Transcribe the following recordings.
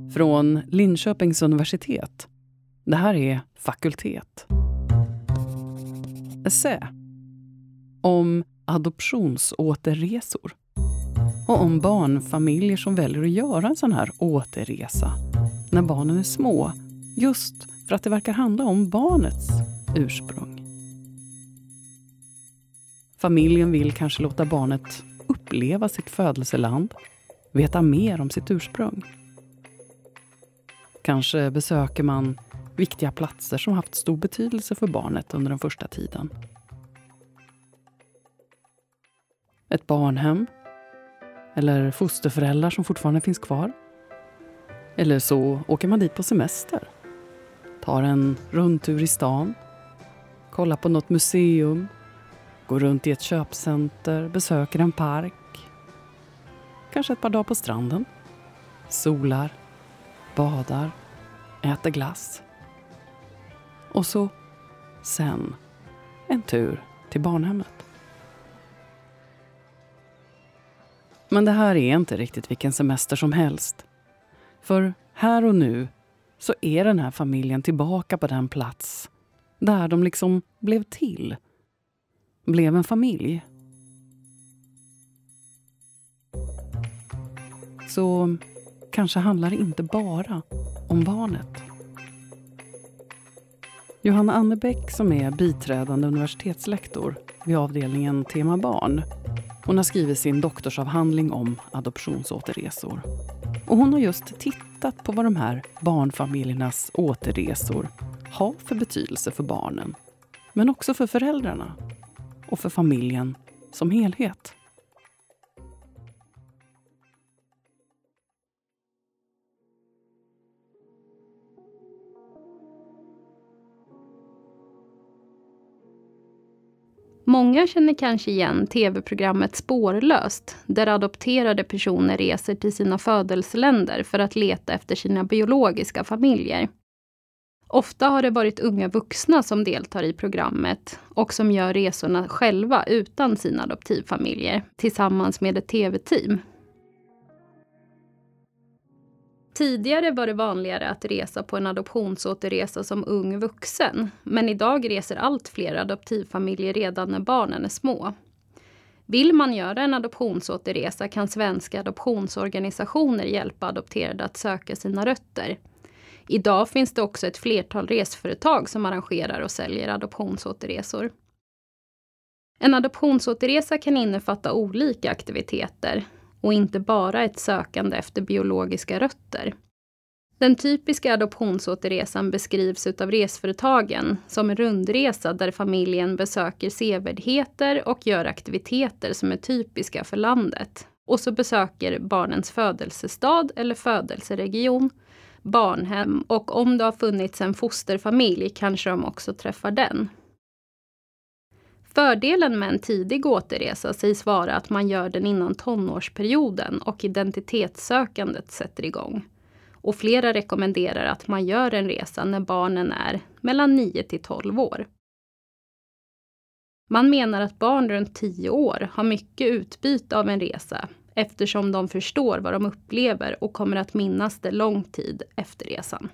Från Linköpings universitet. Det här är Fakultet. Essä. Om adoptionsåterresor. Och om barnfamiljer som väljer att göra en sån här återresa när barnen är små. Just för att det verkar handla om barnets ursprung. Familjen vill kanske låta barnet uppleva sitt födelseland. Veta mer om sitt ursprung. Kanske besöker man viktiga platser som haft stor betydelse för barnet under den första tiden. Ett barnhem. Eller fosterföräldrar som fortfarande finns kvar. Eller så åker man dit på semester. Tar en rundtur i stan. Kollar på något museum. Går runt i ett köpcenter. Besöker en park. Kanske ett par dagar på stranden. Solar. Badar. Äter glass. Och så sen en tur till barnhemmet. Men det här är inte riktigt vilken semester som helst. För här och nu så är den här familjen tillbaka på den plats där de liksom blev till. Blev en familj. Så kanske handlar det inte bara om barnet. Johanna Annebäck som är biträdande universitetslektor vid avdelningen Tema barn. Hon har skrivit sin doktorsavhandling om adoptionsåterresor. Och hon har just tittat på vad de här barnfamiljernas återresor har för betydelse för barnen. Men också för föräldrarna och för familjen som helhet. Många känner kanske igen tv-programmet Spårlöst, där adopterade personer reser till sina födelseländer för att leta efter sina biologiska familjer. Ofta har det varit unga vuxna som deltar i programmet och som gör resorna själva utan sina adoptivfamiljer, tillsammans med ett tv-team. Tidigare var det vanligare att resa på en adoptionsåterresa som ung vuxen, men idag reser allt fler adoptivfamiljer redan när barnen är små. Vill man göra en adoptionsåterresa kan svenska adoptionsorganisationer hjälpa adopterade att söka sina rötter. Idag finns det också ett flertal resföretag som arrangerar och säljer adoptionsåterresor. En adoptionsåterresa kan innefatta olika aktiviteter och inte bara ett sökande efter biologiska rötter. Den typiska adoptionsåterresan beskrivs utav resföretagen som en rundresa där familjen besöker sevärdheter och gör aktiviteter som är typiska för landet. Och så besöker barnens födelsestad eller födelseregion, barnhem och om det har funnits en fosterfamilj kanske de också träffar den. Fördelen med en tidig återresa sägs vara att man gör den innan tonårsperioden och identitetssökandet sätter igång. Och flera rekommenderar att man gör en resa när barnen är mellan 9 till 12 år. Man menar att barn runt 10 år har mycket utbyte av en resa eftersom de förstår vad de upplever och kommer att minnas det lång tid efter resan.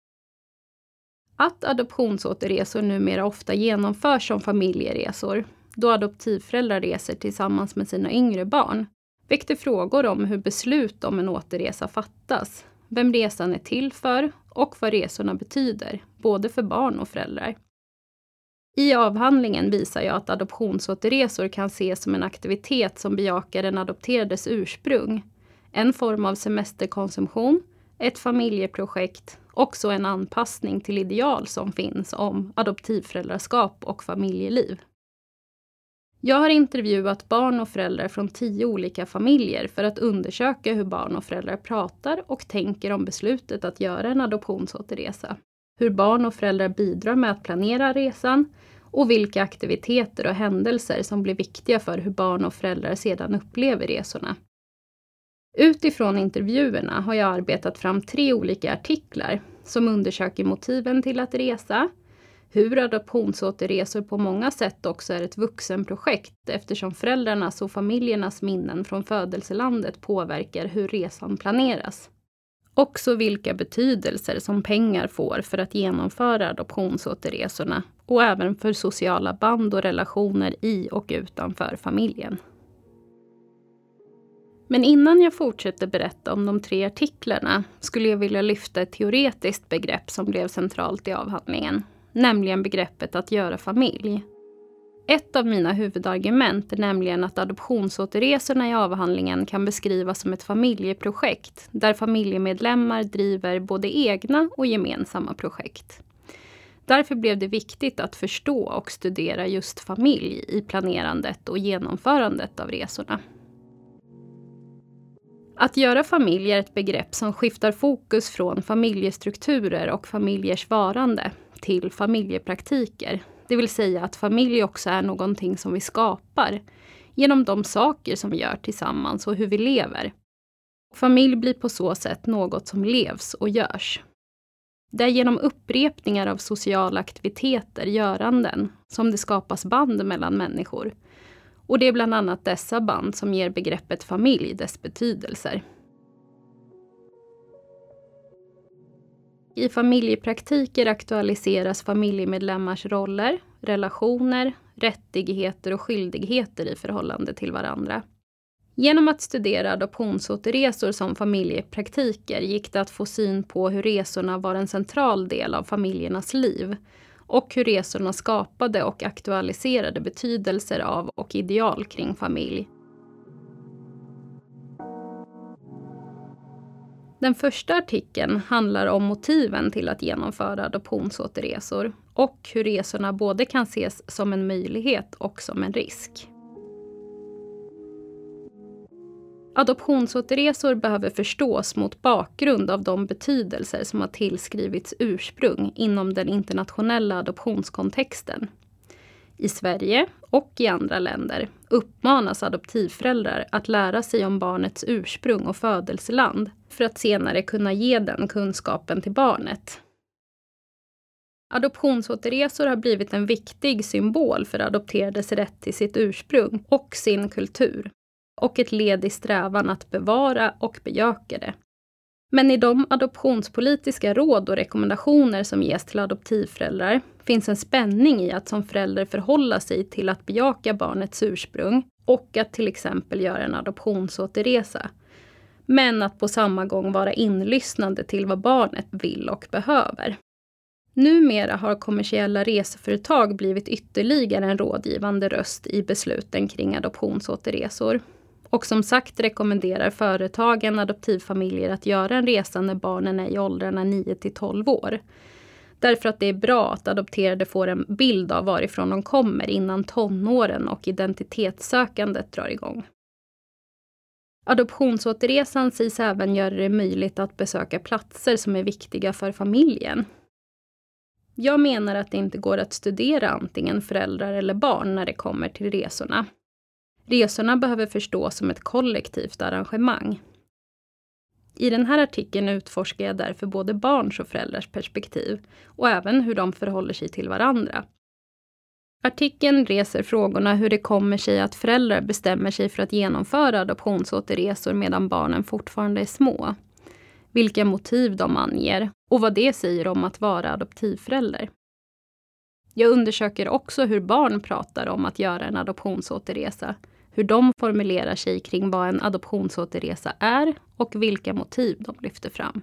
Att adoptionsåterresor numera ofta genomförs som familjeresor, då adoptivföräldrar reser tillsammans med sina yngre barn, väckte frågor om hur beslut om en återresa fattas, vem resan är till för och vad resorna betyder, både för barn och föräldrar. I avhandlingen visar jag att adoptionsåterresor kan ses som en aktivitet som bejakar den adopterades ursprung, en form av semesterkonsumtion, ett familjeprojekt, också en anpassning till ideal som finns om adoptivföräldraskap och familjeliv. Jag har intervjuat barn och föräldrar från 10 olika familjer för att undersöka hur barn och föräldrar pratar och tänker om beslutet att göra en adoptionsåterresa. Hur barn och föräldrar bidrar med att planera resan och vilka aktiviteter och händelser som blir viktiga för hur barn och föräldrar sedan upplever resorna. Utifrån intervjuerna har jag arbetat fram 3 olika artiklar som undersöker motiven till att resa, hur adoptionsåterresor på många sätt också är ett vuxenprojekt eftersom föräldrarnas och familjernas minnen från födelselandet påverkar hur resan planeras. Också vilka betydelser som pengar får för att genomföra adoptionsåterresorna och även för sociala band och relationer i och utanför familjen. Men innan jag fortsätter berätta om de 3 artiklarna skulle jag vilja lyfta ett teoretiskt begrepp som blev centralt i avhandlingen, nämligen begreppet att göra familj. Ett av mina huvudargument är nämligen att adoptionsåterresorna i avhandlingen kan beskrivas som ett familjeprojekt där familjemedlemmar driver både egna och gemensamma projekt. Därför blev det viktigt att förstå och studera just familj i planerandet och genomförandet av resorna. Att göra familj är ett begrepp som skiftar fokus från familjestrukturer och familjers varande till familjepraktiker. Det vill säga att familj också är någonting som vi skapar genom de saker som vi gör tillsammans och hur vi lever. Familj blir på så sätt något som levs och görs. Det är genom upprepningar av sociala aktiviteter, göranden, som det skapas band mellan människor. Och det är bland annat dessa band som ger begreppet familj dess betydelser. I familjepraktiker aktualiseras familjemedlemmars roller, relationer, rättigheter och skyldigheter i förhållande till varandra. Genom att studera adoptionsåterresor som familjepraktiker gick det att få syn på hur resorna var en central del av familjernas liv och hur resorna skapade och aktualiserade betydelser av och ideal kring familj. Den första artikeln handlar om motiven till att genomföra adoptionsåterresor och hur resorna både kan ses som en möjlighet och som en risk. Adoptionsåterresor behöver förstås mot bakgrund av de betydelser som har tillskrivits ursprung inom den internationella adoptionskontexten. I Sverige och i andra länder uppmanas adoptivföräldrar att lära sig om barnets ursprung och födelseland för att senare kunna ge den kunskapen till barnet. Adoptionsåterresor har blivit en viktig symbol för adopterades rätt till sitt ursprung och sin kultur och ett led i strävan att bevara och bejaka det. Men i de adoptionspolitiska råd och rekommendationer som ges till adoptivföräldrar finns en spänning i att som förälder förhålla sig till att bejaka barnets ursprung och att till exempel göra en adoptionsåterresa. Men att på samma gång vara inlyssnande till vad barnet vill och behöver. Numera har kommersiella reseföretag blivit ytterligare en rådgivande röst i besluten kring adoptionsåterresor. Och som sagt rekommenderar företagen adoptivfamiljer att göra en resa när barnen är i åldrarna 9-12 år. Därför att det är bra att adopterade får en bild av varifrån de kommer innan tonåren och identitetssökandet drar igång. Adoptionsåterresan sägs även göra det möjligt att besöka platser som är viktiga för familjen. Jag menar att det inte går att studera antingen föräldrar eller barn när det kommer till resorna. Resorna behöver förstås som ett kollektivt arrangemang. I den här artikeln utforskar jag därför både barns och föräldrars perspektiv och även hur de förhåller sig till varandra. Artikeln reser frågorna hur det kommer sig att föräldrar bestämmer sig för att genomföra adoptionsåterresor medan barnen fortfarande är små. Vilka motiv de anger och vad det säger om att vara adoptivförälder. Jag undersöker också hur barn pratar om att göra en adoptionsåterresa, hur de formulerar sig kring vad en adoptionsåterresa är och vilka motiv de lyfter fram.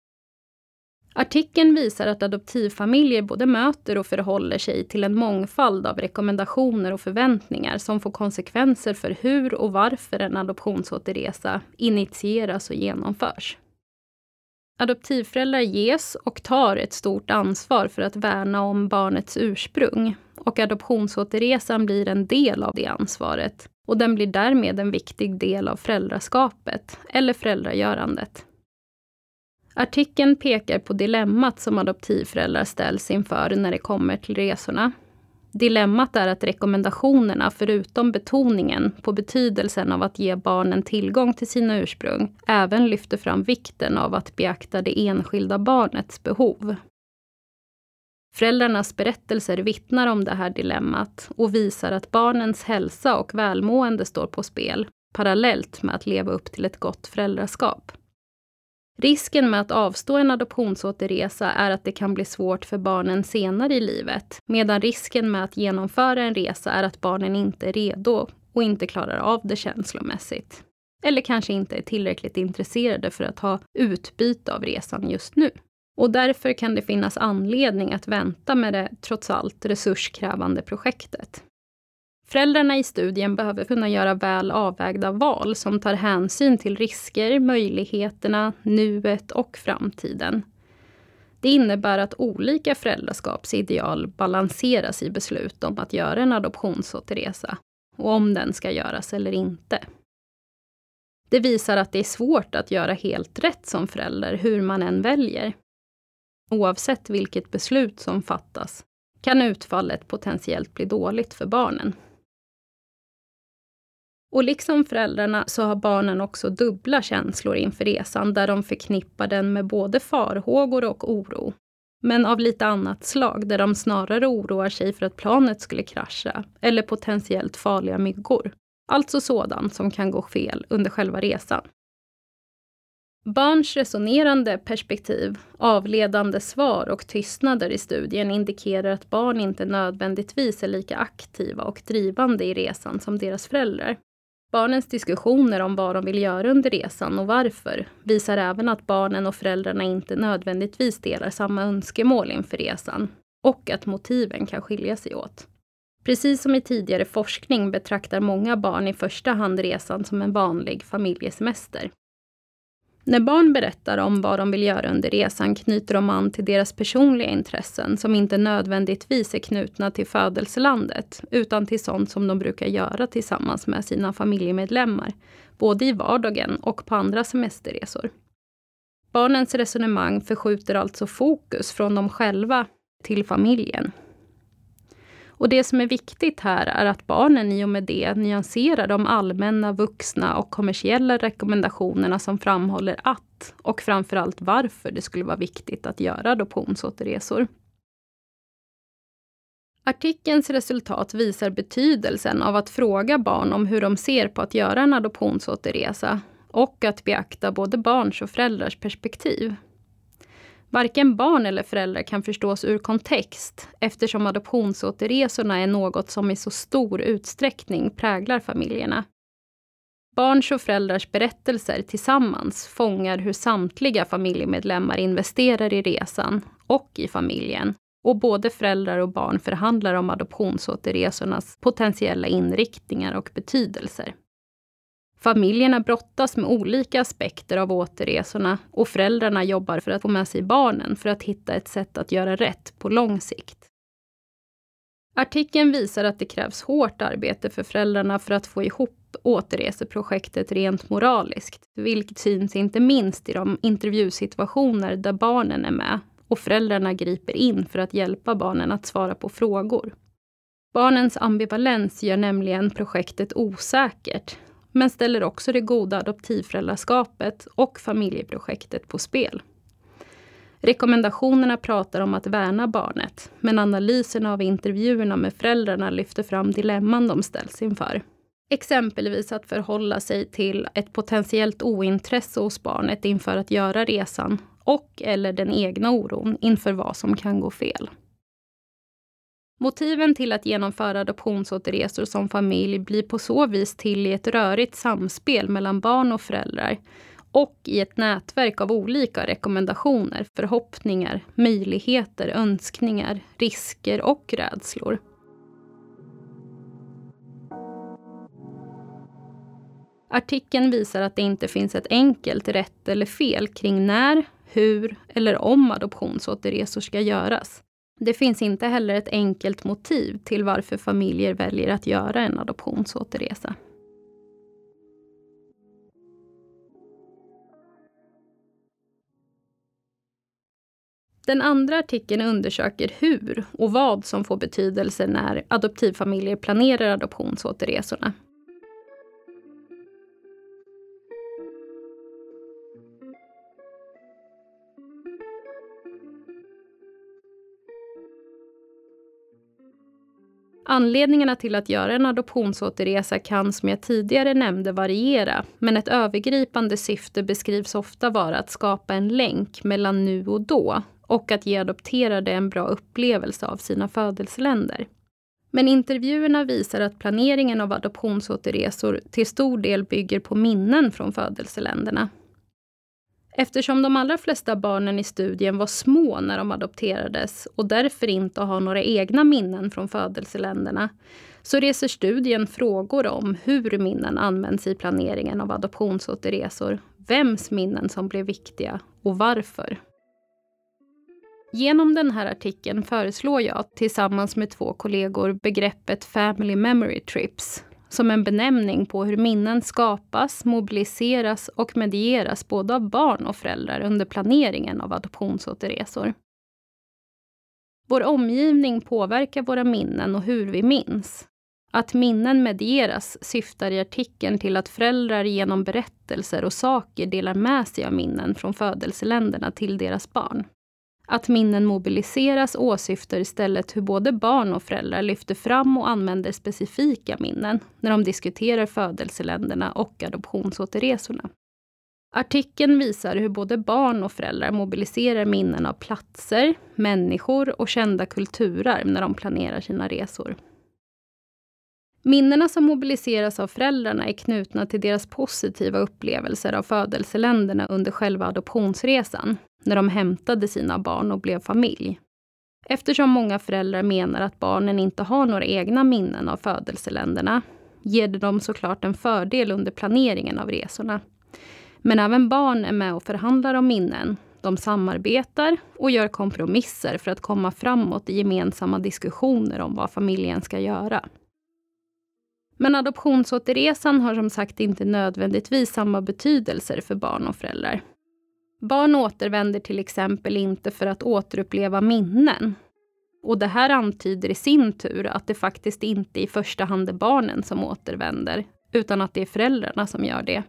Artikeln visar att adoptivfamiljer både möter och förhåller sig till en mångfald av rekommendationer och förväntningar som får konsekvenser för hur och varför en adoptionsåterresa initieras och genomförs. Adoptivföräldrar ges och tar ett stort ansvar för att värna om barnets ursprung och adoptionsåterresan blir en del av det ansvaret och den blir därmed en viktig del av föräldraskapet eller föräldragörandet. Artikeln pekar på dilemmat som adoptivföräldrar ställs inför när det kommer till resorna. Dilemmat är att rekommendationerna, förutom betoningen på betydelsen av att ge barnen tillgång till sina ursprung, även lyfter fram vikten av att beakta det enskilda barnets behov. Föräldrarnas berättelser vittnar om det här dilemmat och visar att barnens hälsa och välmående står på spel, parallellt med att leva upp till ett gott föräldraskap. Risken med att avstå en adoptionsåterresa är att det kan bli svårt för barnen senare i livet, medan risken med att genomföra en resa är att barnen inte är redo och inte klarar av det känslomässigt. Eller kanske inte är tillräckligt intresserade för att ha utbyte av resan just nu. Och därför kan det finnas anledning att vänta med det trots allt resurskrävande projektet. Föräldrarna i studien behöver kunna göra väl avvägda val som tar hänsyn till risker, möjligheterna, nuet och framtiden. Det innebär att olika föräldraskapsideal balanseras i beslut om att göra en adoptionsåterresa och om den ska göras eller inte. Det visar att det är svårt att göra helt rätt som förälder hur man än väljer. Oavsett vilket beslut som fattas kan utfallet potentiellt bli dåligt för barnen. Och liksom föräldrarna så har barnen också dubbla känslor inför resan där de förknippar den med både farhågor och oro. Men av lite annat slag där de snarare oroar sig för att planet skulle krascha eller potentiellt farliga myggor. Alltså sådant som kan gå fel under själva resan. Barns resonerande perspektiv, avledande svar och tystnader i studien indikerar att barn inte nödvändigtvis är lika aktiva och drivande i resan som deras föräldrar. Barnens diskussioner om vad de vill göra under resan och varför visar även att barnen och föräldrarna inte nödvändigtvis delar samma önskemål inför resan och att motiven kan skilja sig åt. Precis som i tidigare forskning betraktar många barn i första hand resan som en vanlig familjesemester. När barn berättar om vad de vill göra under resan knyter de an till deras personliga intressen som inte nödvändigtvis är knutna till födelselandet utan till sånt som de brukar göra tillsammans med sina familjemedlemmar, både i vardagen och på andra semesterresor. Barnens resonemang förskjuter alltså fokus från dem själva till familjen. Och det som är viktigt här är att barnen i och med det nyanserar de allmänna, vuxna och kommersiella rekommendationerna som framhåller att, och framförallt varför det skulle vara viktigt att göra adoptionsåterresor. Artikelns resultat visar betydelsen av att fråga barn om hur de ser på att göra en adoptionsåterresa och att beakta både barns och föräldrars perspektiv. Varken barn eller föräldrar kan förstås ur kontext eftersom adoptionsåterresorna är något som i så stor utsträckning präglar familjerna. Barns och föräldrars berättelser tillsammans fångar hur samtliga familjemedlemmar investerar i resan och i familjen och både föräldrar och barn förhandlar om adoptionsåterresornas potentiella inriktningar och betydelser. Familjerna brottas med olika aspekter av återresorna och föräldrarna jobbar för att få med sig barnen för att hitta ett sätt att göra rätt på lång sikt. Artikeln visar att det krävs hårt arbete för föräldrarna för att få ihop återreseprojektet rent moraliskt, vilket syns inte minst i de intervjusituationer där barnen är med och föräldrarna griper in för att hjälpa barnen att svara på frågor. Barnens ambivalens gör nämligen projektet osäkert, men ställer också det goda adoptivföräldraskapet och familjeprojektet på spel. Rekommendationerna pratar om att värna barnet, men analyserna av intervjuerna med föräldrarna lyfter fram dilemman de ställs inför. Exempelvis att förhålla sig till ett potentiellt ointresse hos barnet inför att göra resan och eller den egna oron inför vad som kan gå fel. Motiven till att genomföra adoptionsåterresor som familj blir på så vis till i ett rörigt samspel mellan barn och föräldrar och i ett nätverk av olika rekommendationer, förhoppningar, möjligheter, önskningar, risker och rädslor. Artikeln visar att det inte finns ett enkelt rätt eller fel kring när, hur eller om adoptionsåterresor ska göras. Det finns inte heller ett enkelt motiv till varför familjer väljer att göra en adoptionsåterresa. Den andra artikeln undersöker hur och vad som får betydelse när adoptivfamiljer planerar adoptionsåterresorna. Anledningarna till att göra en adoptionsåterresa kan, som jag tidigare nämnde, variera, men ett övergripande syfte beskrivs ofta vara att skapa en länk mellan nu och då och att ge adopterade en bra upplevelse av sina födelseländer. Men intervjuerna visar att planeringen av adoptionsåterresor till stor del bygger på minnen från födelseländerna. Eftersom de allra flesta barnen i studien var små när de adopterades och därför inte har några egna minnen från födelseländerna, så reser studien frågor om hur minnen används i planeringen av adoptionsåterresor, vems minnen som blev viktiga och varför. Genom den här artikeln föreslår jag tillsammans med 2 kollegor begreppet Family Memory Trips som en benämning på hur minnen skapas, mobiliseras och medieras både av barn och föräldrar under planeringen av adoptionsåterresor. Vår omgivning påverkar våra minnen och hur vi minns. Att minnen medieras syftar i artikeln till att föräldrar genom berättelser och saker delar med sig av minnen från födelseländerna till deras barn. Att minnen mobiliseras åsyftar istället hur både barn och föräldrar lyfter fram och använder specifika minnen när de diskuterar födelseländerna och adoptionsåterresorna. Artikeln visar hur både barn och föräldrar mobiliserar minnen av platser, människor och kända kulturer när de planerar sina resor. Minnena som mobiliseras av föräldrarna är knutna till deras positiva upplevelser av födelseländerna under själva adoptionsresan, när de hämtade sina barn och blev familj. Eftersom många föräldrar menar att barnen inte har några egna minnen av födelseländerna, ger det dem såklart en fördel under planeringen av resorna. Men även barn är med och förhandlar om minnen. De samarbetar och gör kompromisser för att komma framåt i gemensamma diskussioner om vad familjen ska göra. Men adoptionsåterresan har som sagt inte nödvändigtvis samma betydelser för barn och föräldrar. Barn återvänder till exempel inte för att återuppleva minnen. Och det här antyder i sin tur att det faktiskt inte i första hand är barnen som återvänder, utan att det är föräldrarna som gör det.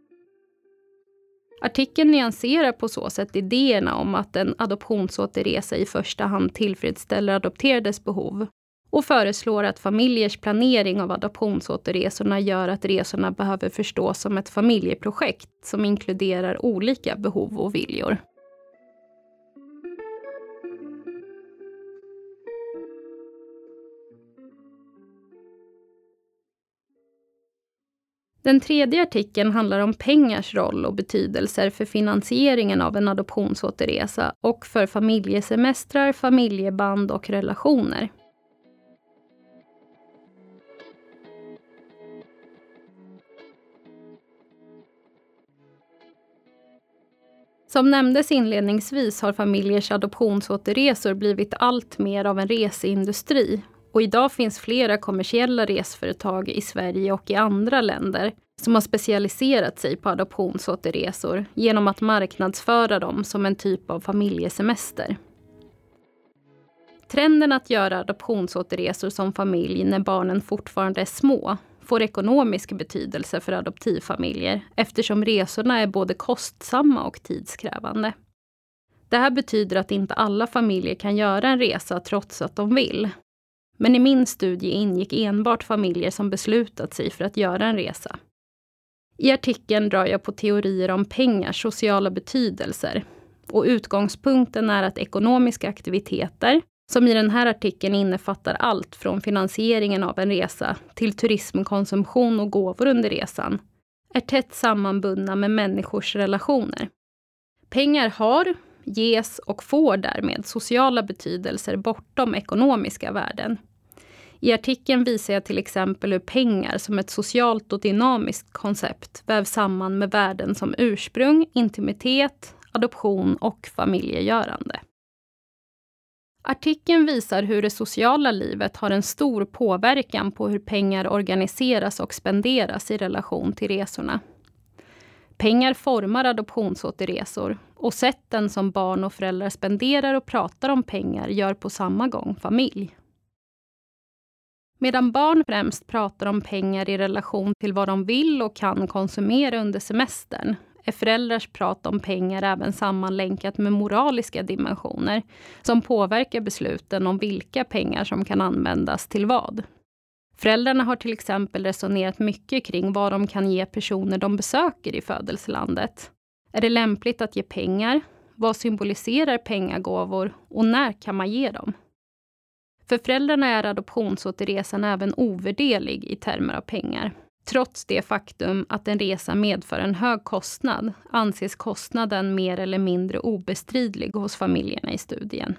Artikeln nyanserar på så sätt idéerna om att en adoptionsåterresa i första hand tillfredsställer adopterades behov och föreslår att familjers planering av adoptionsåterresorna gör att resorna behöver förstås som ett familjeprojekt som inkluderar olika behov och viljor. Den tredje artikeln handlar om pengars roll och betydelser för finansieringen av en adoptionsåterresa och för familjesemestrar, familjeband och relationer. Som nämndes inledningsvis har familjers adoptionsåterresor blivit allt mer av en reseindustri. Och idag finns flera kommersiella resföretag i Sverige och i andra länder som har specialiserat sig på adoptionsåterresor genom att marknadsföra dem som en typ av familjesemester. Trenden att göra adoptionsåterresor som familj när barnen fortfarande är små får ekonomisk betydelse för adoptivfamiljer eftersom resorna är både kostsamma och tidskrävande. Det här betyder att inte alla familjer kan göra en resa trots att de vill. Men i min studie ingick enbart familjer som beslutat sig för att göra en resa. I artikeln drar jag på teorier om pengars sociala betydelser. Och utgångspunkten är att ekonomiska aktiviteter, som i den här artikeln innefattar allt från finansieringen av en resa till turismkonsumtion och gåvor under resan, är tätt sammanbundna med människors relationer. Pengar har, ges och får därmed sociala betydelser bortom ekonomiska värden. I artikeln visar jag till exempel hur pengar som ett socialt och dynamiskt koncept vävs samman med värden som ursprung, intimitet, adoption och familjegörande. Artikeln visar hur det sociala livet har en stor påverkan på hur pengar organiseras och spenderas i relation till resorna. Pengar formar adoptionsåterresor och sätten som barn och föräldrar spenderar och pratar om pengar gör på samma gång familj. Medan barn främst pratar om pengar i relation till vad de vill och kan konsumera under semestern, är föräldrars prat om pengar även sammanlänkat med moraliska dimensioner som påverkar besluten om vilka pengar som kan användas till vad. Föräldrarna har till exempel resonerat mycket kring vad de kan ge personer de besöker i födelselandet. Är det lämpligt att ge pengar? Vad symboliserar pengagåvor och när kan man ge dem? För föräldrarna är adoptionsåterresan även ovärderlig i termer av pengar. Trots det faktum att en resa medför en hög kostnad anses kostnaden mer eller mindre obestridlig hos familjerna i studien.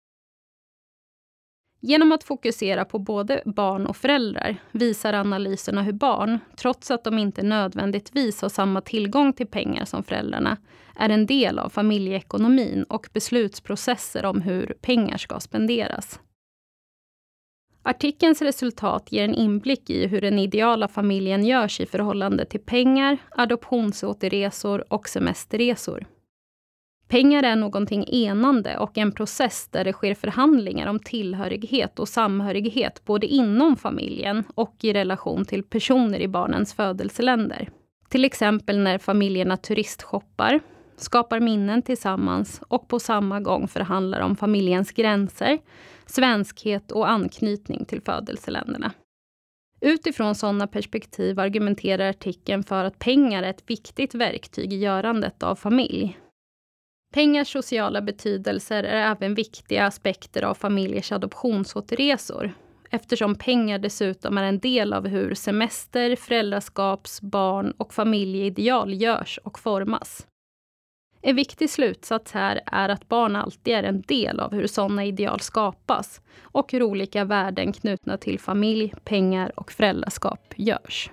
Genom att fokusera på både barn och föräldrar visar analyserna hur barn, trots att de inte nödvändigtvis har samma tillgång till pengar som föräldrarna, är en del av familjeekonomin och beslutsprocesser om hur pengar ska spenderas. Artikelns resultat ger en inblick i hur den ideala familjen görs i förhållande till pengar, adoptionsåterresor och semesterresor. Pengar är någonting enande och en process där det sker förhandlingar om tillhörighet och samhörighet både inom familjen och i relation till personer i barnens födelseländer. Till exempel när familjerna turistshoppar, skapar minnen tillsammans och på samma gång förhandlar om familjens gränser, svenskhet och anknytning till födelseländerna. Utifrån sådana perspektiv argumenterar artikeln för att pengar är ett viktigt verktyg i görandet av familj. Pengars sociala betydelser är även viktiga aspekter av familjers adoptionsåterresor, eftersom pengar dessutom är en del av hur semester, föräldraskaps-, barn- och familjeideal görs och formas. En viktig slutsats här är att barn alltid är en del av hur sådana ideal skapas och hur olika värden knutna till familj, pengar och föräldraskap görs.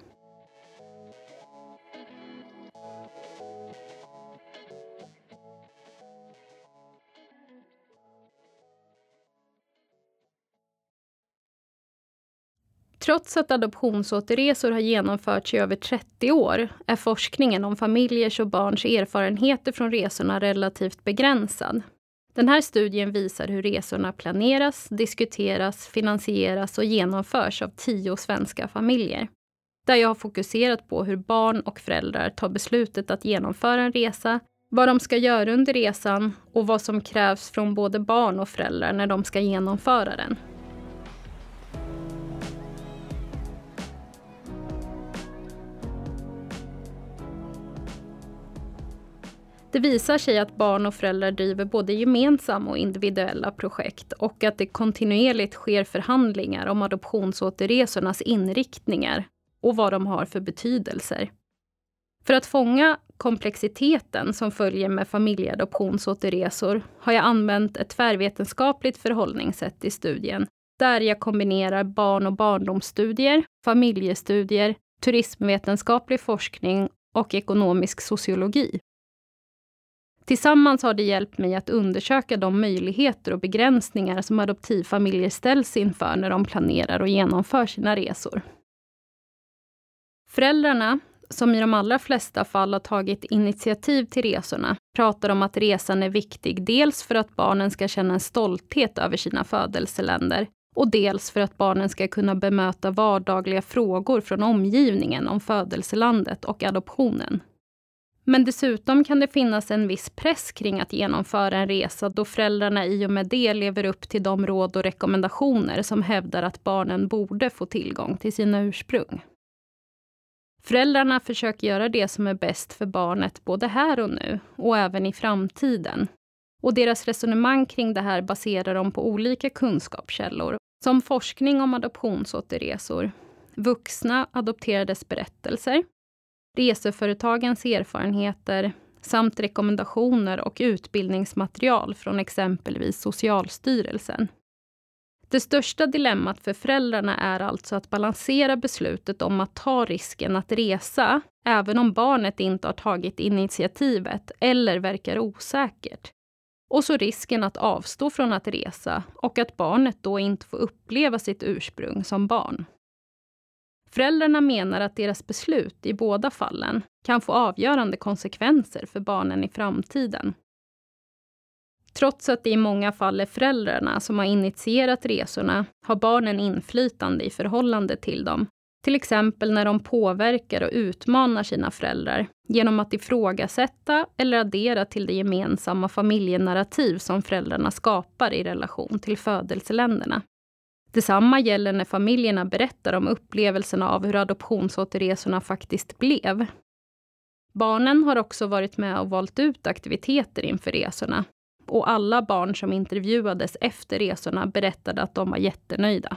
Trots att adoptionsåterresor har genomförts i över 30 år är forskningen om familjers och barns erfarenheter från resorna relativt begränsad. Den här studien visar hur resorna planeras, diskuteras, finansieras och genomförs av 10 svenska familjer. Där jag har fokuserat på hur barn och föräldrar tar beslutet att genomföra en resa, vad de ska göra under resan och vad som krävs från både barn och föräldrar när de ska genomföra den. Det visar sig att barn och föräldrar driver både gemensamma och individuella projekt och att det kontinuerligt sker förhandlingar om adoptionsåterresornas inriktningar och vad de har för betydelser. För att fånga komplexiteten som följer med familjeadoptionsåterresor har jag använt ett tvärvetenskapligt förhållningssätt i studien där jag kombinerar barn- och barndomsstudier, familjestudier, turismvetenskaplig forskning och ekonomisk sociologi. Tillsammans har det hjälpt mig att undersöka de möjligheter och begränsningar som adoptivfamiljer ställs inför när de planerar och genomför sina resor. Föräldrarna, som i de allra flesta fall har tagit initiativ till resorna, pratar om att resan är viktig dels för att barnen ska känna en stolthet över sina födelseländer och dels för att barnen ska kunna bemöta vardagliga frågor från omgivningen om födelselandet och adoptionen. Men dessutom kan det finnas en viss press kring att genomföra en resa då föräldrarna i och med det lever upp till de råd och rekommendationer som hävdar att barnen borde få tillgång till sina ursprung. Föräldrarna försöker göra det som är bäst för barnet både här och nu och även i framtiden. Och deras resonemang kring det här baserar de på olika kunskapskällor som forskning om adoptionsåterresor, vuxna adopterades berättelser, reseföretagens erfarenheter samt rekommendationer och utbildningsmaterial från exempelvis Socialstyrelsen. Det största dilemmat för föräldrarna är alltså att balansera beslutet om att ta risken att resa, även om barnet inte har tagit initiativet eller verkar osäkert. Och så risken att avstå från att resa och att barnet då inte får uppleva sitt ursprung som barn. Föräldrarna menar att deras beslut i båda fallen kan få avgörande konsekvenser för barnen i framtiden. Trots att det i många fall är föräldrarna som har initierat resorna har barnen inflytande i förhållande till dem. Till exempel när de påverkar och utmanar sina föräldrar genom att ifrågasätta eller addera till det gemensamma familjenarrativ som föräldrarna skapar i relation till födelseländerna. Detsamma gäller när familjerna berättar om upplevelserna av hur adoptionsåterresorna faktiskt blev. Barnen har också varit med och valt ut aktiviteter inför resorna. Och alla barn som intervjuades efter resorna berättade att de var jättenöjda.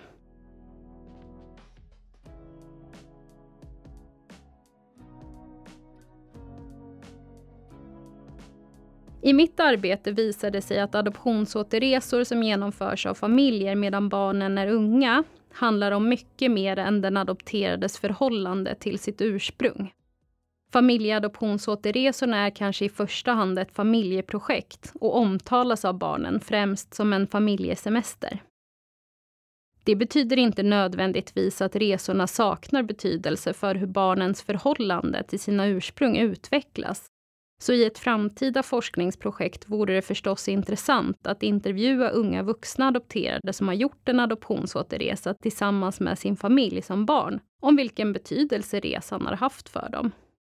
I mitt arbete visade det sig att adoptionsåterresor som genomförs av familjer medan barnen är unga handlar om mycket mer än den adopterades förhållande till sitt ursprung. Familjeadoptionsåterresorna är kanske i första hand ett familjeprojekt och omtalas av barnen främst som en familjesemester. Det betyder inte nödvändigtvis att resorna saknar betydelse för hur barnens förhållande till sina ursprung utvecklas. Så i ett framtida forskningsprojekt vore det förstås intressant att intervjua unga vuxna adopterade som har gjort en adoptionsåterresa tillsammans med sin familj som barn, om vilken betydelse resan har haft för dem.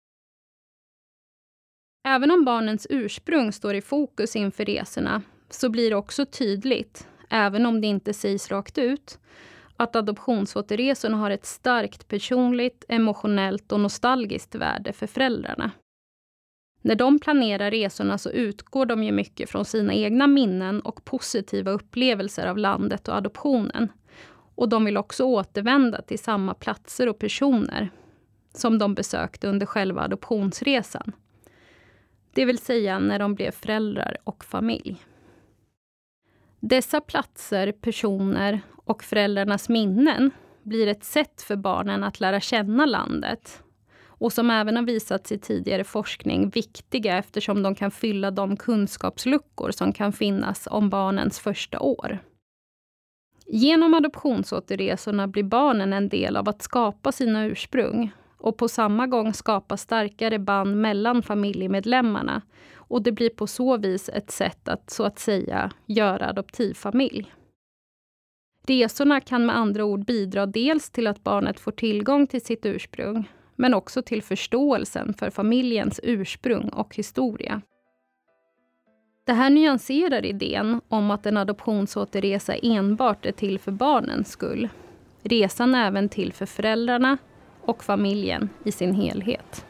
Även om barnens ursprung står i fokus inför resorna så blir det också tydligt, även om det inte sägs rakt ut, att adoptionsåterresorna har ett starkt personligt, emotionellt och nostalgiskt värde för föräldrarna. När de planerar resorna så utgår de ju mycket från sina egna minnen och positiva upplevelser av landet och adoptionen. Och de vill också återvända till samma platser och personer som de besökte under själva adoptionsresan. Det vill säga när de blev föräldrar och familj. Dessa platser, personer och föräldrarnas minnen blir ett sätt för barnen att lära känna landet. Och som även har visats i tidigare forskning viktiga eftersom de kan fylla de kunskapsluckor som kan finnas om barnens första år. Genom adoptionsåterresorna blir barnen en del av att skapa sina ursprung och på samma gång skapa starkare band mellan familjemedlemmarna och det blir på så vis ett sätt att så att säga göra adoptivfamilj. Resorna kan med andra ord bidra dels till att barnet får tillgång till sitt ursprung men också till förståelsen för familjens ursprung och historia. Det här nyanserar idén om att en adoptionsåterresa enbart är till för barnens skull. Resan är även till för föräldrarna och familjen i sin helhet.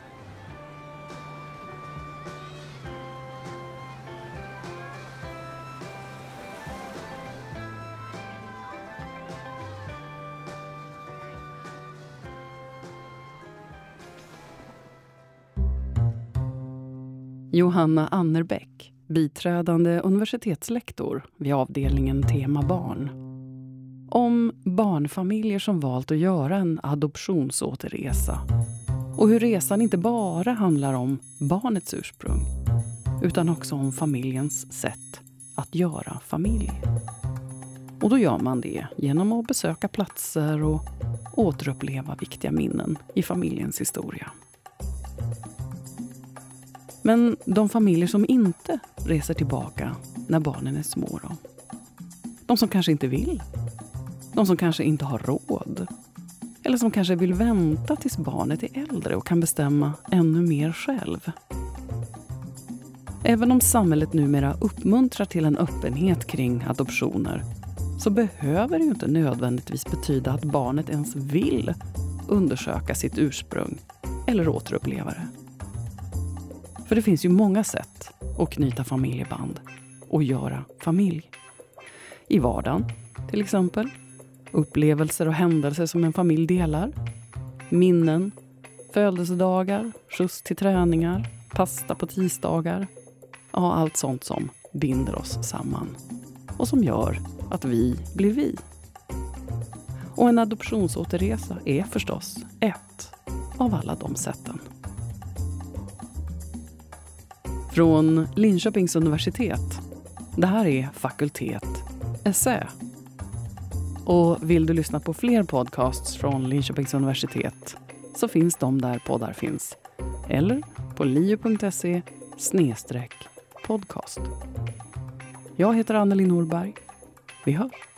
Johanna Annerbäck, biträdande universitetslektor vid avdelningen Tema barn. Om barnfamiljer som valt att göra en adoptionsåterresa. Och hur resan inte bara handlar om barnets ursprung, utan också om familjens sätt att göra familj. Och då gör man det genom att besöka platser och återuppleva viktiga minnen i familjens historia. Men de familjer som inte reser tillbaka när barnen är små då? De som kanske inte vill. De som kanske inte har råd. Eller som kanske vill vänta tills barnet är äldre och kan bestämma ännu mer själv. Även om samhället numera uppmuntrar till en öppenhet kring adoptioner så behöver det ju inte nödvändigtvis betyda att barnet ens vill undersöka sitt ursprung eller återuppleva det. För det finns ju många sätt att knyta familjeband och göra familj. I vardagen, till exempel. Upplevelser och händelser som en familj delar. Minnen, födelsedagar, skjuts till träningar, pasta på tisdagar. Ja, allt sånt som binder oss samman. Och som gör att vi blir vi. Och en adoptionsåterresa är förstås ett av alla de sätten. Från Linköpings universitet. Det här är Fakultet Essä. Och vill du lyssna på fler podcasts från Linköpings universitet så finns de där poddar finns. Eller på liu.se/podcast. Jag heter Anneli Norberg. Vi hörs.